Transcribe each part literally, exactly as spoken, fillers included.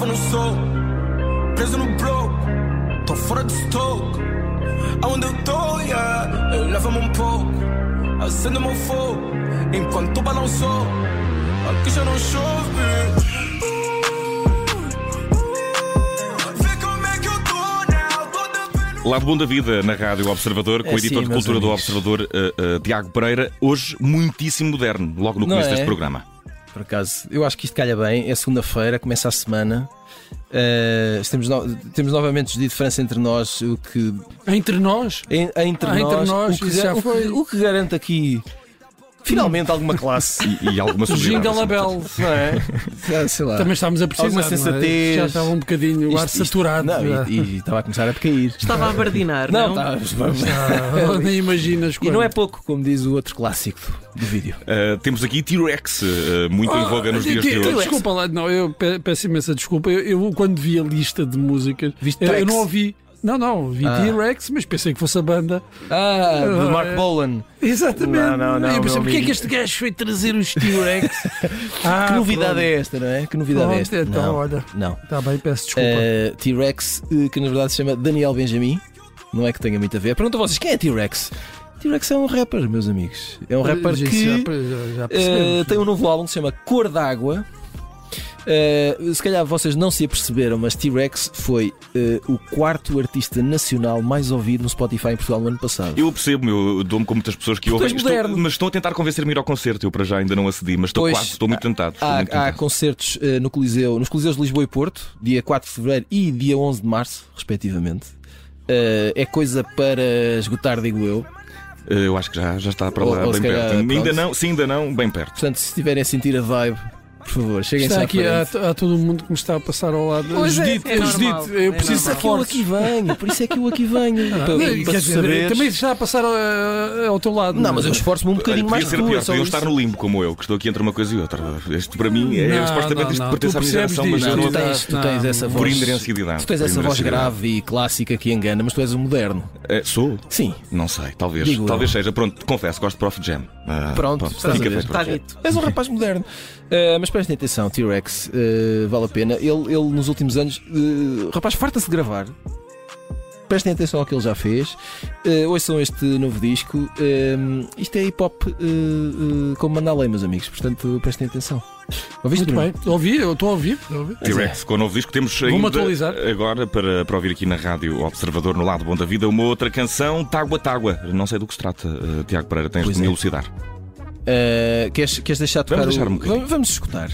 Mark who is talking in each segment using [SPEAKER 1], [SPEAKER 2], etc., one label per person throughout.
[SPEAKER 1] tava no sol, preso no bloco, tô fora de stock. Aonde eu tô, yeah, leva-me um pouco, acende o meu fogo, enquanto balançou, aqui já não chove.
[SPEAKER 2] Lado bom da vida na Rádio Observador, com
[SPEAKER 3] É
[SPEAKER 2] o editor
[SPEAKER 3] sim,
[SPEAKER 2] de Cultura do
[SPEAKER 3] amigos.
[SPEAKER 2] Observador, uh, uh, Tiago Pereira, hoje muitíssimo moderno, logo no
[SPEAKER 3] Não
[SPEAKER 2] começo
[SPEAKER 3] é?
[SPEAKER 2] deste programa.
[SPEAKER 3] Por acaso, eu acho que isto calha bem. É segunda-feira, começa a semana. Uh, temos, no... temos novamente de diferença entre nós, o que.
[SPEAKER 4] Entre nós?
[SPEAKER 3] Em, entre,
[SPEAKER 4] Ah,
[SPEAKER 3] nós,
[SPEAKER 4] entre nós,
[SPEAKER 3] o, que,
[SPEAKER 4] isso já
[SPEAKER 3] o,
[SPEAKER 4] foi.
[SPEAKER 3] que, o que garante aqui finalmente alguma classe.
[SPEAKER 2] E, e alguma sobriedade.
[SPEAKER 4] Jingle a bell.
[SPEAKER 3] Não é? Já, sei lá.
[SPEAKER 4] Também estamos a precisar.
[SPEAKER 3] Alguma
[SPEAKER 4] não é?
[SPEAKER 3] sensatez.
[SPEAKER 4] Já estava um bocadinho o ar
[SPEAKER 3] Isto- isto-
[SPEAKER 4] saturado.
[SPEAKER 3] Não,
[SPEAKER 4] já.
[SPEAKER 3] e, e estava a começar a decair.
[SPEAKER 5] Estava a bardinar,
[SPEAKER 3] Não,
[SPEAKER 5] não?
[SPEAKER 3] tá,
[SPEAKER 4] Ah, nem imaginas
[SPEAKER 3] E
[SPEAKER 4] quando.
[SPEAKER 3] não é pouco, como diz o outro clássico do vídeo.
[SPEAKER 2] Uh, temos aqui T-Rex, uh, muito em voga nos
[SPEAKER 4] Ah,
[SPEAKER 2] dias de
[SPEAKER 4] T-
[SPEAKER 2] hoje.
[SPEAKER 4] Desculpa lá, não, eu pe- peço imensa desculpa. Eu, eu, quando vi a lista de músicas,
[SPEAKER 3] Viste
[SPEAKER 4] eu, eu
[SPEAKER 3] T-Rex?
[SPEAKER 4] não ouvi. Não, não, vi
[SPEAKER 3] Ah.
[SPEAKER 4] T-Rex, mas pensei que fosse a banda.
[SPEAKER 3] Ah, do
[SPEAKER 4] Ah,
[SPEAKER 3] Mark
[SPEAKER 4] é.
[SPEAKER 3] Bolan.
[SPEAKER 4] Exatamente.
[SPEAKER 3] Não, não, não,
[SPEAKER 4] eu pensei,
[SPEAKER 3] meu
[SPEAKER 4] porque é
[SPEAKER 3] amigo.
[SPEAKER 4] que este gajo foi trazer os T-Rex? Ah,
[SPEAKER 3] Que novidade
[SPEAKER 4] pronto.
[SPEAKER 3] é esta, não é? Que novidade
[SPEAKER 4] Pronto,
[SPEAKER 3] é esta?
[SPEAKER 4] então,
[SPEAKER 3] não,
[SPEAKER 4] olha.
[SPEAKER 3] não.
[SPEAKER 4] Está bem, peço desculpa.
[SPEAKER 3] Uh, T-Rex, uh, que na verdade se chama Daniel Benjamin. Não é que tenha muito a ver. Pergunto a vocês, quem é T-Rex? T-Rex é um rapper, meus amigos. É um rapper
[SPEAKER 4] Já-
[SPEAKER 3] que
[SPEAKER 4] já, já, já
[SPEAKER 3] uh,
[SPEAKER 4] percebemos.
[SPEAKER 3] tem um novo álbum que se chama Cor d'Água. Uh, se calhar vocês não se aperceberam, mas T-Rex foi uh, o quarto artista nacional mais ouvido no Spotify em Portugal no ano passado.
[SPEAKER 2] Eu percebo, eu dou-me com muitas pessoas que
[SPEAKER 3] Tu
[SPEAKER 2] ouvem,
[SPEAKER 3] és
[SPEAKER 2] estou,
[SPEAKER 3] moderno.
[SPEAKER 2] mas estão a tentar convencer-me a ir ao concerto. Eu para já ainda não acedi, mas estou
[SPEAKER 3] Pois,
[SPEAKER 2] quase, estou muito tentado. Estou
[SPEAKER 3] Há,
[SPEAKER 2] muito
[SPEAKER 3] há
[SPEAKER 2] tentado.
[SPEAKER 3] concertos uh, no Coliseu, nos Coliseus de Lisboa e Porto, dia quatro de fevereiro e dia onze de março, respectivamente. Uh, é coisa para esgotar, digo eu.
[SPEAKER 2] Uh, Eu acho que já, já está para
[SPEAKER 3] Ou-
[SPEAKER 2] lá,
[SPEAKER 3] ou
[SPEAKER 2] bem
[SPEAKER 3] se calhar,
[SPEAKER 2] perto. Ainda
[SPEAKER 3] pronto.
[SPEAKER 2] não, sim, ainda não, bem perto.
[SPEAKER 3] Portanto, se estiverem a sentir a vibe, por favor, cheguem-se
[SPEAKER 4] Está
[SPEAKER 3] à
[SPEAKER 4] aqui, há,
[SPEAKER 3] frente.
[SPEAKER 4] há todo mundo que me está a passar ao lado.
[SPEAKER 3] Pois é,
[SPEAKER 4] Judite,
[SPEAKER 5] é normal,
[SPEAKER 4] Judite, eu
[SPEAKER 5] é
[SPEAKER 4] preciso
[SPEAKER 5] normal.
[SPEAKER 4] de
[SPEAKER 3] Por isso é que eu
[SPEAKER 4] forte.
[SPEAKER 3] aqui venho, por isso é que eu aqui venho. para,
[SPEAKER 4] Não,
[SPEAKER 3] para
[SPEAKER 4] quer
[SPEAKER 3] tu
[SPEAKER 4] dizer,
[SPEAKER 3] saberes.
[SPEAKER 4] também está a passar uh, ao teu lado.
[SPEAKER 3] Não, mas eu esforço-me um bocadinho
[SPEAKER 2] Olha,
[SPEAKER 3] mais
[SPEAKER 2] podia
[SPEAKER 3] que
[SPEAKER 2] ser
[SPEAKER 3] tu.
[SPEAKER 2] pior,
[SPEAKER 3] é só
[SPEAKER 2] podiam
[SPEAKER 3] isso.
[SPEAKER 2] estar no limbo como eu, que estou aqui entre uma coisa e outra. Isto para mim é
[SPEAKER 4] Não,
[SPEAKER 2] supostamente
[SPEAKER 4] não,
[SPEAKER 2] isto
[SPEAKER 4] não,
[SPEAKER 2] pertence
[SPEAKER 4] tu
[SPEAKER 2] à minha
[SPEAKER 4] percebes
[SPEAKER 2] geração, mas
[SPEAKER 4] disto.
[SPEAKER 2] eu
[SPEAKER 3] Não,
[SPEAKER 2] não
[SPEAKER 3] tu tens, tu
[SPEAKER 4] Não,
[SPEAKER 3] tens essa
[SPEAKER 2] por
[SPEAKER 3] voz.
[SPEAKER 2] inderência de idade.
[SPEAKER 3] Tu tens
[SPEAKER 2] por
[SPEAKER 3] essa voz
[SPEAKER 2] inderência de idade.
[SPEAKER 3] grave e clássica que engana, mas tu és um moderno.
[SPEAKER 2] Eh, sou?
[SPEAKER 3] Sim.
[SPEAKER 2] Não sei, talvez.
[SPEAKER 3] Digo
[SPEAKER 2] talvez
[SPEAKER 3] eu.
[SPEAKER 2] seja. Pronto, confesso, gosto de Prof Jam. Ah,
[SPEAKER 3] Pronto, estás a
[SPEAKER 2] fica
[SPEAKER 3] ver.
[SPEAKER 2] feito para
[SPEAKER 5] Está
[SPEAKER 2] o
[SPEAKER 5] dito.
[SPEAKER 3] És um rapaz moderno. Uh, mas prestem atenção, T-Rex, uh, vale a pena. Ele, ele nos últimos anos, uh, rapaz, farta-se de gravar. Prestem atenção ao que ele já fez. Uh, ouçam este novo disco. Uh, isto é hip hop uh, uh, como manda a lei, meus amigos. Portanto, prestem atenção. Ouviste,
[SPEAKER 4] Muito
[SPEAKER 3] Bruno?
[SPEAKER 4] bem, ouvi, eu estou a ouvir. estou a ouvir.
[SPEAKER 2] T-Rex, com o novo disco temos
[SPEAKER 4] Vou-me
[SPEAKER 2] ainda
[SPEAKER 4] atualizar.
[SPEAKER 2] agora para, para ouvir aqui na Rádio Observador, no Lado Bom da Vida, uma outra canção, Tágua Tágua. Não sei do que se trata, uh, Tiago Pereira, tens
[SPEAKER 3] Pois
[SPEAKER 2] de me
[SPEAKER 3] é.
[SPEAKER 2] elucidar.
[SPEAKER 3] Uh, queres, queres deixar tocar
[SPEAKER 2] Vamos deixar
[SPEAKER 3] o...
[SPEAKER 2] um bocadinho.
[SPEAKER 3] vamos, vamos escutar.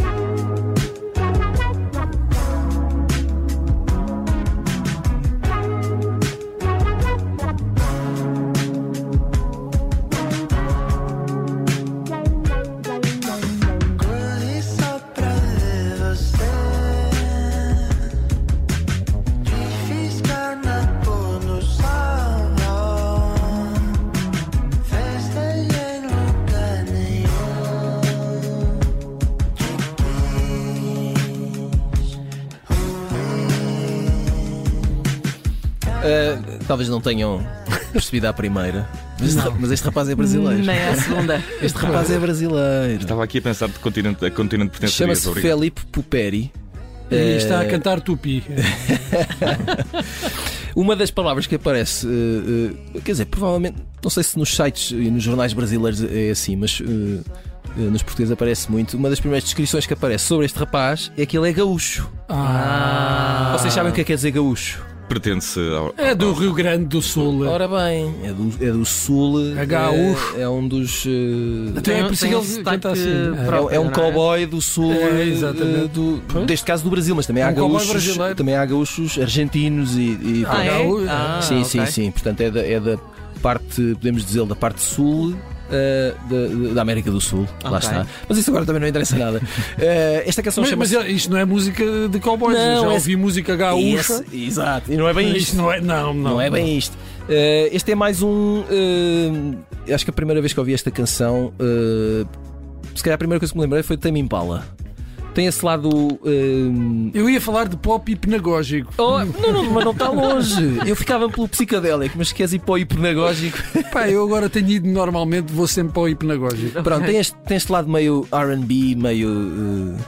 [SPEAKER 1] Corri só pra ver você. Te fiz carna pôr no sol. Festejei em lugar nenhum.
[SPEAKER 3] Uh, talvez não tenham percebido à primeira, mas, este- mas este rapaz é brasileiro.
[SPEAKER 5] Nem à segunda.
[SPEAKER 3] Este rapaz é brasileiro.
[SPEAKER 2] Estava aqui a pensar de continente, a continente pertencerias.
[SPEAKER 3] Chama-se
[SPEAKER 2] Obrigado.
[SPEAKER 3] Felipe Puperi.
[SPEAKER 4] E
[SPEAKER 3] Eh,
[SPEAKER 4] está a cantar tupi.
[SPEAKER 3] Uma das palavras que aparece, eh, eh, quer dizer, provavelmente, não sei se nos sites e nos jornais brasileiros é assim, mas eh, eh, nos portugueses aparece muito. Uma das primeiras descrições que aparece sobre este rapaz é que ele é gaúcho.
[SPEAKER 4] Ah,
[SPEAKER 3] Vocês sabem o que é que quer dizer gaúcho?
[SPEAKER 2] Pertence ao.
[SPEAKER 4] é do Rio Grande do Sul.
[SPEAKER 3] Ora bem, é do, é do sul.
[SPEAKER 4] É gaúcho.
[SPEAKER 3] É, é um dos. eh,
[SPEAKER 4] Até é por isso
[SPEAKER 5] Tem
[SPEAKER 4] que
[SPEAKER 5] um
[SPEAKER 4] ele
[SPEAKER 5] sotaque
[SPEAKER 4] canta assim.
[SPEAKER 3] É,
[SPEAKER 5] próprio,
[SPEAKER 3] é um
[SPEAKER 5] não é?
[SPEAKER 3] cowboy do sul,
[SPEAKER 4] É,
[SPEAKER 3] eh,
[SPEAKER 4] exatamente.
[SPEAKER 3] do,
[SPEAKER 4] Pois.
[SPEAKER 3] deste caso do Brasil, mas também
[SPEAKER 4] É
[SPEAKER 3] há
[SPEAKER 4] um cowboy
[SPEAKER 3] gaúchos,
[SPEAKER 4] brasileiro.
[SPEAKER 3] também há gaúchos argentinos e, e
[SPEAKER 5] Ah, é?
[SPEAKER 4] Gaúcho.
[SPEAKER 5] Ah,
[SPEAKER 3] sim,
[SPEAKER 5] ok.
[SPEAKER 3] sim, sim. Portanto, é da, é da parte, podemos dizer, da parte sul eh, da, da América do Sul. Lá
[SPEAKER 5] Ok.
[SPEAKER 3] está. Mas isso agora também não interessa nada. Eh, esta canção
[SPEAKER 4] Mas, mas
[SPEAKER 3] chama-se.
[SPEAKER 4] isto não é música de cowboys.
[SPEAKER 3] Não,
[SPEAKER 4] eu já
[SPEAKER 3] é-
[SPEAKER 4] ouvi música gaúcha.
[SPEAKER 3] Esse- Exato, e não é bem
[SPEAKER 4] Isto
[SPEAKER 3] isto.
[SPEAKER 4] não é, não, não,
[SPEAKER 3] Não é bem isto. Eh, este é mais um. eh, acho que a primeira vez que ouvi esta canção, eh, se calhar a primeira coisa que me lembrei foi de Tame Impala. Tem esse lado. eh,
[SPEAKER 4] Eu ia falar de pop hipnagógico.
[SPEAKER 3] Oh, não, não, mas não está longe. Eu ficava pelo psicadélico, mas se queres ir para o hipnagógico.
[SPEAKER 4] Pá, eu agora tenho ido normalmente, vou sempre para o hipnagógico.
[SPEAKER 3] Pronto, tem este, tem este lado meio R and B, meio. eh,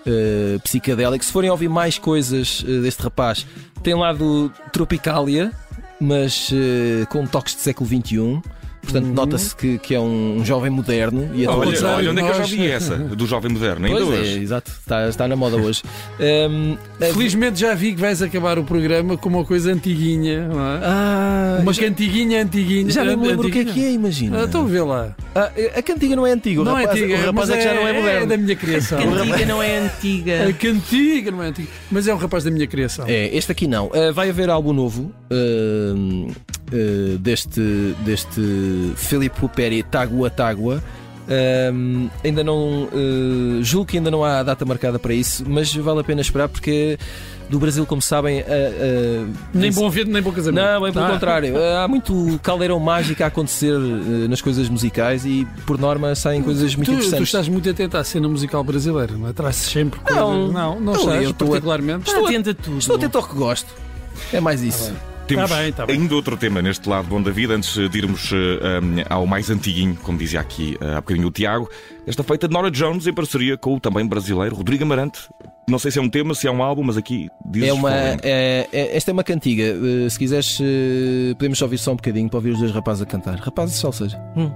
[SPEAKER 3] uh, psicadélico. Se forem ouvir mais coisas uh, deste rapaz, tem lá do Tropicalia, mas uh, com toques de século vinte e um. Portanto, uhum. nota-se que, que é um, um jovem moderno. E
[SPEAKER 2] olha,
[SPEAKER 3] atualizado.
[SPEAKER 2] olha onde é que eu já vi essa, do jovem moderno, ainda
[SPEAKER 3] pois
[SPEAKER 2] hoje.
[SPEAKER 3] É, exato, está, está na moda hoje. um,
[SPEAKER 4] Felizmente já vi que vais acabar o programa com uma coisa antiguinha, não é?
[SPEAKER 3] Ah,
[SPEAKER 4] uma
[SPEAKER 3] já,
[SPEAKER 4] cantiguinha antiguinha.
[SPEAKER 3] Já nem me lembro
[SPEAKER 4] antiguinha.
[SPEAKER 3] o que é que é, imagina.
[SPEAKER 4] Ah, então vê lá.
[SPEAKER 3] Ah, a cantiga não é antiga, o
[SPEAKER 4] não
[SPEAKER 3] rapaz,
[SPEAKER 4] é antiga,
[SPEAKER 3] o rapaz
[SPEAKER 4] mas
[SPEAKER 3] é que já não é moderno.
[SPEAKER 4] É da minha criação.
[SPEAKER 5] A cantiga não é antiga.
[SPEAKER 4] A cantiga não é antiga, mas é um rapaz da minha criação.
[SPEAKER 3] É, este aqui não. Uh, vai haver álbum novo uh, uh, deste, deste Filipe Puperi, Tágua Tágua. Uh, ainda não uh, julgo que ainda não há data marcada para isso, mas vale a pena esperar porque do Brasil, como sabem, uh, uh,
[SPEAKER 4] nem bom vento, nem bom casamento.
[SPEAKER 3] Não, bem pelo
[SPEAKER 4] ah.
[SPEAKER 3] contrário. Uh, há muito caldeirão mágico a acontecer uh, nas coisas musicais e por norma saem coisas muito
[SPEAKER 4] tu,
[SPEAKER 3] interessantes.
[SPEAKER 4] Tu estás muito atento à cena musical brasileira, não é? Traz sempre coisas.
[SPEAKER 3] Não,
[SPEAKER 4] não, não, não
[SPEAKER 3] eu
[SPEAKER 4] estás
[SPEAKER 3] estou
[SPEAKER 4] particularmente.
[SPEAKER 5] Estou atento a tudo.
[SPEAKER 3] Estou atento ao que gosto. É mais isso.
[SPEAKER 4] Ah,
[SPEAKER 2] Temos
[SPEAKER 4] tá bem, tá bem.
[SPEAKER 2] ainda outro tema neste lado bom da vida, antes de irmos uh, um, ao mais antiguinho, como dizia aqui uh, há bocadinho o Tiago. Esta feita de Norah Jones em parceria com o também brasileiro Rodrigo Amarante. Não sei se é um tema, se é um álbum, mas aqui diz
[SPEAKER 3] É uma, é, é, esta é uma cantiga. Uh, se quiseres, uh, podemos só ouvir só um bocadinho para ouvir os dois rapazes a cantar. Rapazes, só seja. Hum.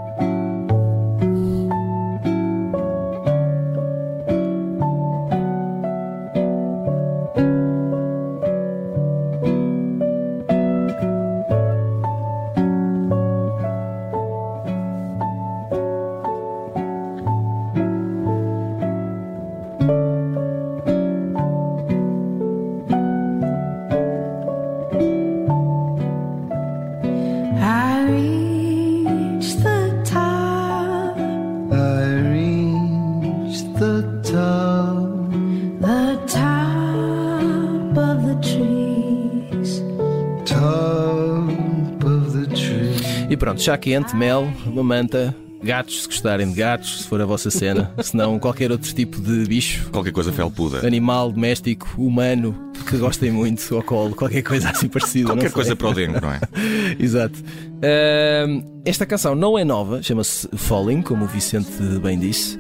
[SPEAKER 3] E pronto, chá quente, mel, uma manta, gatos, se gostarem de gatos, se for a vossa cena, se não qualquer outro tipo de bicho,
[SPEAKER 2] qualquer coisa felpuda,
[SPEAKER 3] animal, doméstico, humano, que gostem muito ao colo, qualquer coisa assim parecida.
[SPEAKER 2] Qualquer coisa para o dengue, não é?
[SPEAKER 3] Exato. Uh, esta canção não é nova, chama-se Falling, como o Vicente bem disse.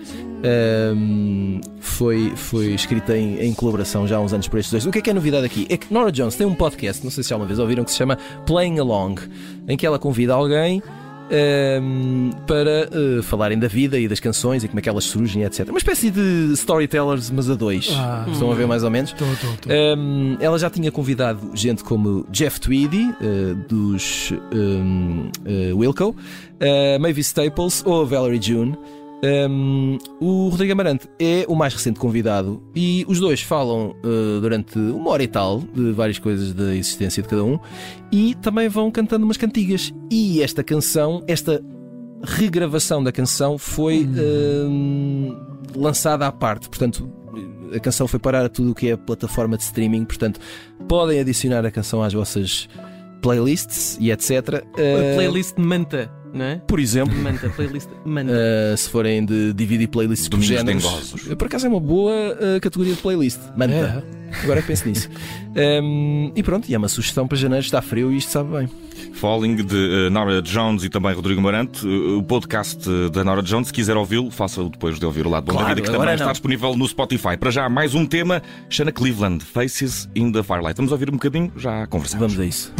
[SPEAKER 3] Uh, foi, foi escrita em, em colaboração já há uns anos por estes dois. O que é que é novidade aqui? É que Norah Jones tem um podcast, não sei se alguma vez ouviram, que se chama Playing Along, em que ela convida alguém Um, para uh, falarem da vida e das canções e como é que elas surgem, etcétera. Uma espécie de storytellers, mas a dois. Ah, Estão a ver mais ou menos?
[SPEAKER 4] Tô, tô, tô.
[SPEAKER 3] Um, ela já tinha convidado gente como Jeff Tweedy, uh, dos um, uh, Wilco, uh, Mavis Staples ou a Valerie June. Um, o Rodrigo Amarante é o mais recente convidado e os dois falam uh, durante uma hora e tal de várias coisas da existência de cada um e também vão cantando umas cantigas. E esta canção, esta regravação da canção foi hum. uh, lançada à parte, portanto a canção foi parar a tudo o que é plataforma de streaming, portanto podem adicionar a canção às vossas playlists e etcétera.
[SPEAKER 5] Uh, playlist Manta, não é?
[SPEAKER 3] Por exemplo,
[SPEAKER 5] Manta, playlist Manta.
[SPEAKER 3] Uh, se forem de dividir playlists por géneros, por acaso é uma boa uh, categoria de playlist. Manta. É. Agora penso nisso. Um, e pronto, e é uma sugestão para janeiro, está frio e isto sabe bem.
[SPEAKER 2] Falling de uh, Norah Jones e também Rodrigo Amarante. Uh, o podcast uh, da Norah Jones, se quiser ouvi-lo, faça-o depois de ouvir o Lado Bom
[SPEAKER 3] claro,
[SPEAKER 2] da Vida, que também
[SPEAKER 3] não.
[SPEAKER 2] está disponível no Spotify. Para já, mais um tema, Shanna Cleveland, Faces in the Firelight. Vamos ouvir um bocadinho, já conversamos.
[SPEAKER 3] Vamos a isso.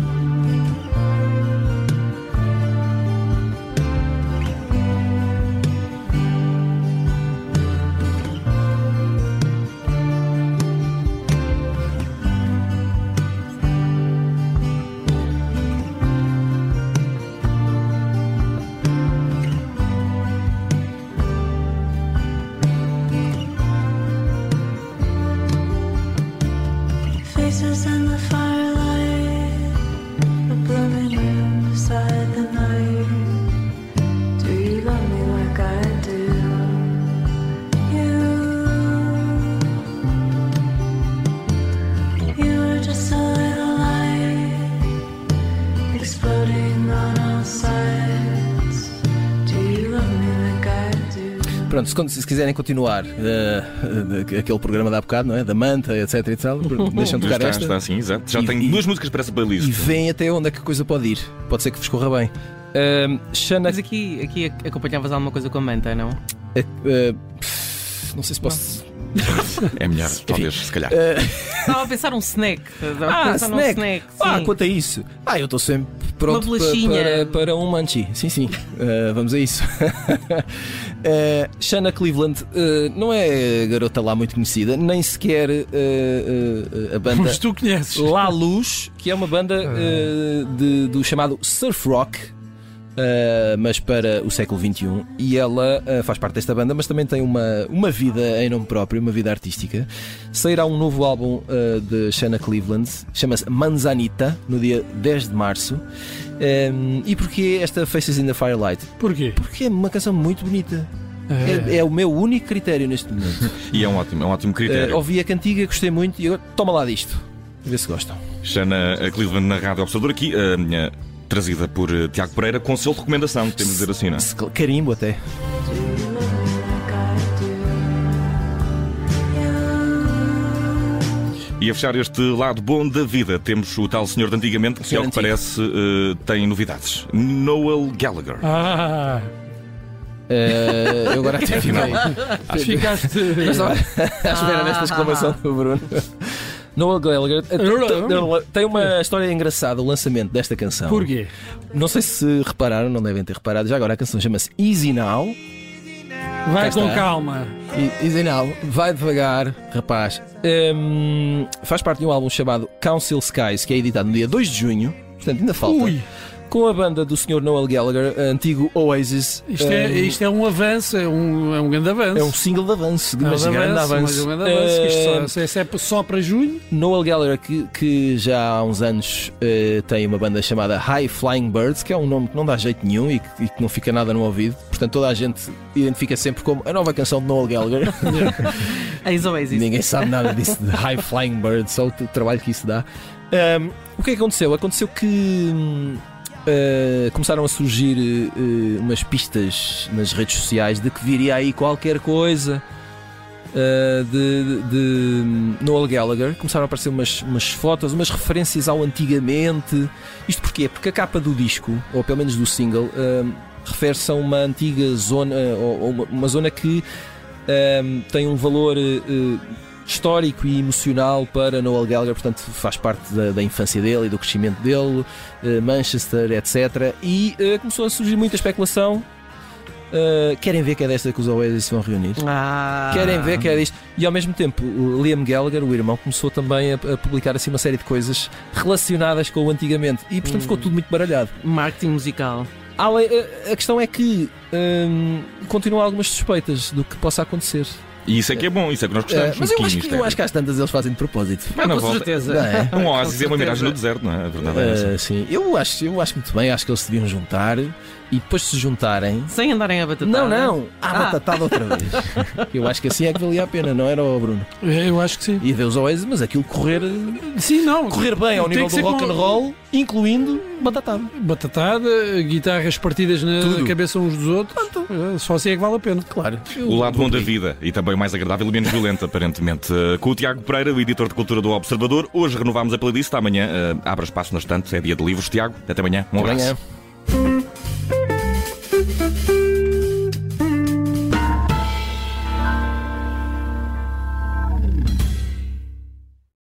[SPEAKER 6] Faces in the firelight, a blooming room beside the night. Do you love me like I do? You, you are just a little light, exploding on all sides. Do you love me like I do?
[SPEAKER 3] Pronto, se, se quiserem continuar uh, uh, aquele programa de há bocado, não é? Da Manta, etc e tal, deixam tocar
[SPEAKER 2] está,
[SPEAKER 3] esta.
[SPEAKER 2] Está assim, exato. Já
[SPEAKER 3] e,
[SPEAKER 2] tenho
[SPEAKER 3] e,
[SPEAKER 2] duas músicas para essa playlist.
[SPEAKER 3] E veem até onde é que a coisa pode ir. Pode ser que vos corra bem. Uh, Shanna...
[SPEAKER 5] Mas aqui, aqui acompanhavas alguma coisa com a Manta, não?
[SPEAKER 3] Uh, uh, Não sei se posso.
[SPEAKER 2] É melhor, talvez, se calhar.
[SPEAKER 5] Estava a pensar um snack. Estava a
[SPEAKER 3] Ah,
[SPEAKER 5] pensar num
[SPEAKER 3] snack.
[SPEAKER 5] snack.
[SPEAKER 3] Ah,
[SPEAKER 5] sim.
[SPEAKER 3] quanto a isso? Ah, eu estou sempre pronto
[SPEAKER 5] Uma
[SPEAKER 3] pa-
[SPEAKER 5] bolachinha.
[SPEAKER 3] para, para um munchie. Sim, sim. Uh, vamos a isso. uh, Shanna Cleveland uh, não é garota lá muito conhecida, nem sequer uh, uh, a banda
[SPEAKER 4] Mas tu conheces.
[SPEAKER 3] La Luz, que é uma banda uh, de- do chamado surf rock. Uh, mas para o século vinte e um, e ela uh, faz parte desta banda, mas também tem uma, uma vida em nome próprio, uma vida artística. Sairá um novo álbum uh, de Shanna Cleveland, chama-se Manzanita, no dia dez de março. Um, e porquê esta Faces in the Firelight?
[SPEAKER 4] Porquê?
[SPEAKER 3] Porque é uma canção muito bonita. É, é o meu único critério neste momento.
[SPEAKER 2] E é um ótimo, é um ótimo
[SPEAKER 3] Uh,
[SPEAKER 2] critério.
[SPEAKER 3] ouvi a cantiga, gostei muito e agora toma lá disto. Vê se gostam.
[SPEAKER 2] Shanna Cleveland na Rádio Observador, aqui, a minha trazida por eh, Tiago Pereira, com selo de recomendação, temos de dizer assim, não é?
[SPEAKER 3] Se- Carimbo até.
[SPEAKER 6] Do you love me like I do?
[SPEAKER 2] E a fechar este lado bom da vida, temos o tal senhor de antigamente, que,
[SPEAKER 3] Senhor
[SPEAKER 2] ao que
[SPEAKER 3] antigo.
[SPEAKER 2] parece, eh, tem novidades. Noel Gallagher.
[SPEAKER 4] Ah,
[SPEAKER 3] Uh, eu agora até fiquei.
[SPEAKER 4] ficaste.
[SPEAKER 3] Mas estava à espera desta exclamação do Bruno. Noel Gallagher uh, tem uma história engraçada, o lançamento desta canção.
[SPEAKER 4] Porquê?
[SPEAKER 3] Não sei se repararam, não devem ter reparado. Já agora a canção chama-se Easy Now.
[SPEAKER 4] Vai
[SPEAKER 3] Cá
[SPEAKER 4] com
[SPEAKER 3] está.
[SPEAKER 4] calma.
[SPEAKER 3] E- Easy Now, vai devagar, rapaz. Um, faz parte de um álbum chamado Council Skies, que é editado no dia dois de junho. Portanto, ainda falta.
[SPEAKER 4] Ui,
[SPEAKER 3] Com a banda do senhor Noel Gallagher, antigo Oasis.
[SPEAKER 4] isto é,
[SPEAKER 3] um,
[SPEAKER 4] isto é um avanço, é um, é um grande avanço.
[SPEAKER 3] é um single de avanço,
[SPEAKER 4] É um
[SPEAKER 3] mas grande
[SPEAKER 4] avanço,
[SPEAKER 3] avanço.
[SPEAKER 4] mas é um grande avanço.
[SPEAKER 3] Eh,
[SPEAKER 4] Isto só, se é só para junho.
[SPEAKER 3] Noel Gallagher, que, que já há uns anos eh, tem uma banda chamada High Flying Birds, que é um nome que não dá jeito nenhum e que, e que não fica nada no ouvido. Portanto, toda a gente identifica sempre como a nova canção de Noel Gallagher.
[SPEAKER 5] Eis Oasis.
[SPEAKER 3] Ninguém sabe nada disso de High Flying Birds, só o t- trabalho que isso dá. Ahm, o que é que aconteceu? Aconteceu que hum, ah, começaram a surgir eh, umas pistas nas redes sociais de que viria aí qualquer coisa. Uh, de, de- de Noel Gallagher. Começaram a aparecer umas, umas fotos, umas referências ao antigamente. Isto porquê? Porque a capa do disco, ou pelo menos do single, uh, refere-se a uma antiga zona, uh, ou, ou uma, uma zona que uh, tem um valor uh, histórico e emocional para Noel Gallagher, portanto faz parte da, da infância dele e do crescimento dele, uh, Manchester, etcétera. E uh, começou a surgir muita especulação. Uh, querem ver que é desta que os Oasis se vão reunir?
[SPEAKER 5] Ah.
[SPEAKER 3] Querem ver que é disto. E ao mesmo tempo, o Liam Gallagher, o irmão, começou também a, a publicar assim uma série de coisas relacionadas com o antigamente. E portanto
[SPEAKER 5] Hum.
[SPEAKER 3] ficou tudo muito baralhado.
[SPEAKER 5] Marketing musical.
[SPEAKER 3] Além- A, a questão é que hum, continuam algumas suspeitas do que possa acontecer.
[SPEAKER 2] E isso é que é bom, isso é que nós
[SPEAKER 3] Uh,
[SPEAKER 2] gostamos.
[SPEAKER 3] mas eu
[SPEAKER 2] um
[SPEAKER 3] acho,
[SPEAKER 2] bocadinho
[SPEAKER 3] que, eu acho que às tantas eles fazem de propósito.
[SPEAKER 2] Ah, na
[SPEAKER 5] com
[SPEAKER 2] volta.
[SPEAKER 5] certeza.
[SPEAKER 3] Não é?
[SPEAKER 2] Um oásis é uma
[SPEAKER 5] Com
[SPEAKER 2] miragem no
[SPEAKER 5] certeza.
[SPEAKER 2] deserto, não é? A verdade é essa.
[SPEAKER 3] Uh, sim, eu acho, eu acho muito bem. Acho que eles se deviam juntar e depois de se juntarem.
[SPEAKER 5] Sem andarem a batatar.
[SPEAKER 3] Não, não, à
[SPEAKER 5] Ah.
[SPEAKER 3] batatada outra vez. Eu acho que assim é que valia a pena, não era, o Bruno?
[SPEAKER 4] Eu acho que sim.
[SPEAKER 3] E Deus Oasis, mas aquilo correr.
[SPEAKER 4] Sim, não.
[SPEAKER 3] correr bem ao
[SPEAKER 4] Tem
[SPEAKER 3] nível
[SPEAKER 4] que
[SPEAKER 3] do
[SPEAKER 4] ser
[SPEAKER 3] rock
[SPEAKER 4] com-
[SPEAKER 3] and roll, incluindo batatada.
[SPEAKER 4] Batatada, guitarras partidas na
[SPEAKER 3] Tudo.
[SPEAKER 4] cabeça uns dos outros. Eh, Só assim é que vale a pena.
[SPEAKER 3] Claro.
[SPEAKER 2] O lado bom da vida e também o mais agradável e menos violento, aparentemente. Uh, Com o Tiago Pereira, o editor de cultura do Observador. Hoje renovámos a playlist. Amanhã uh, abre espaço na estante. É dia de livros. Tiago, até amanhã. Um
[SPEAKER 3] Até
[SPEAKER 2] abraço.
[SPEAKER 3] amanhã.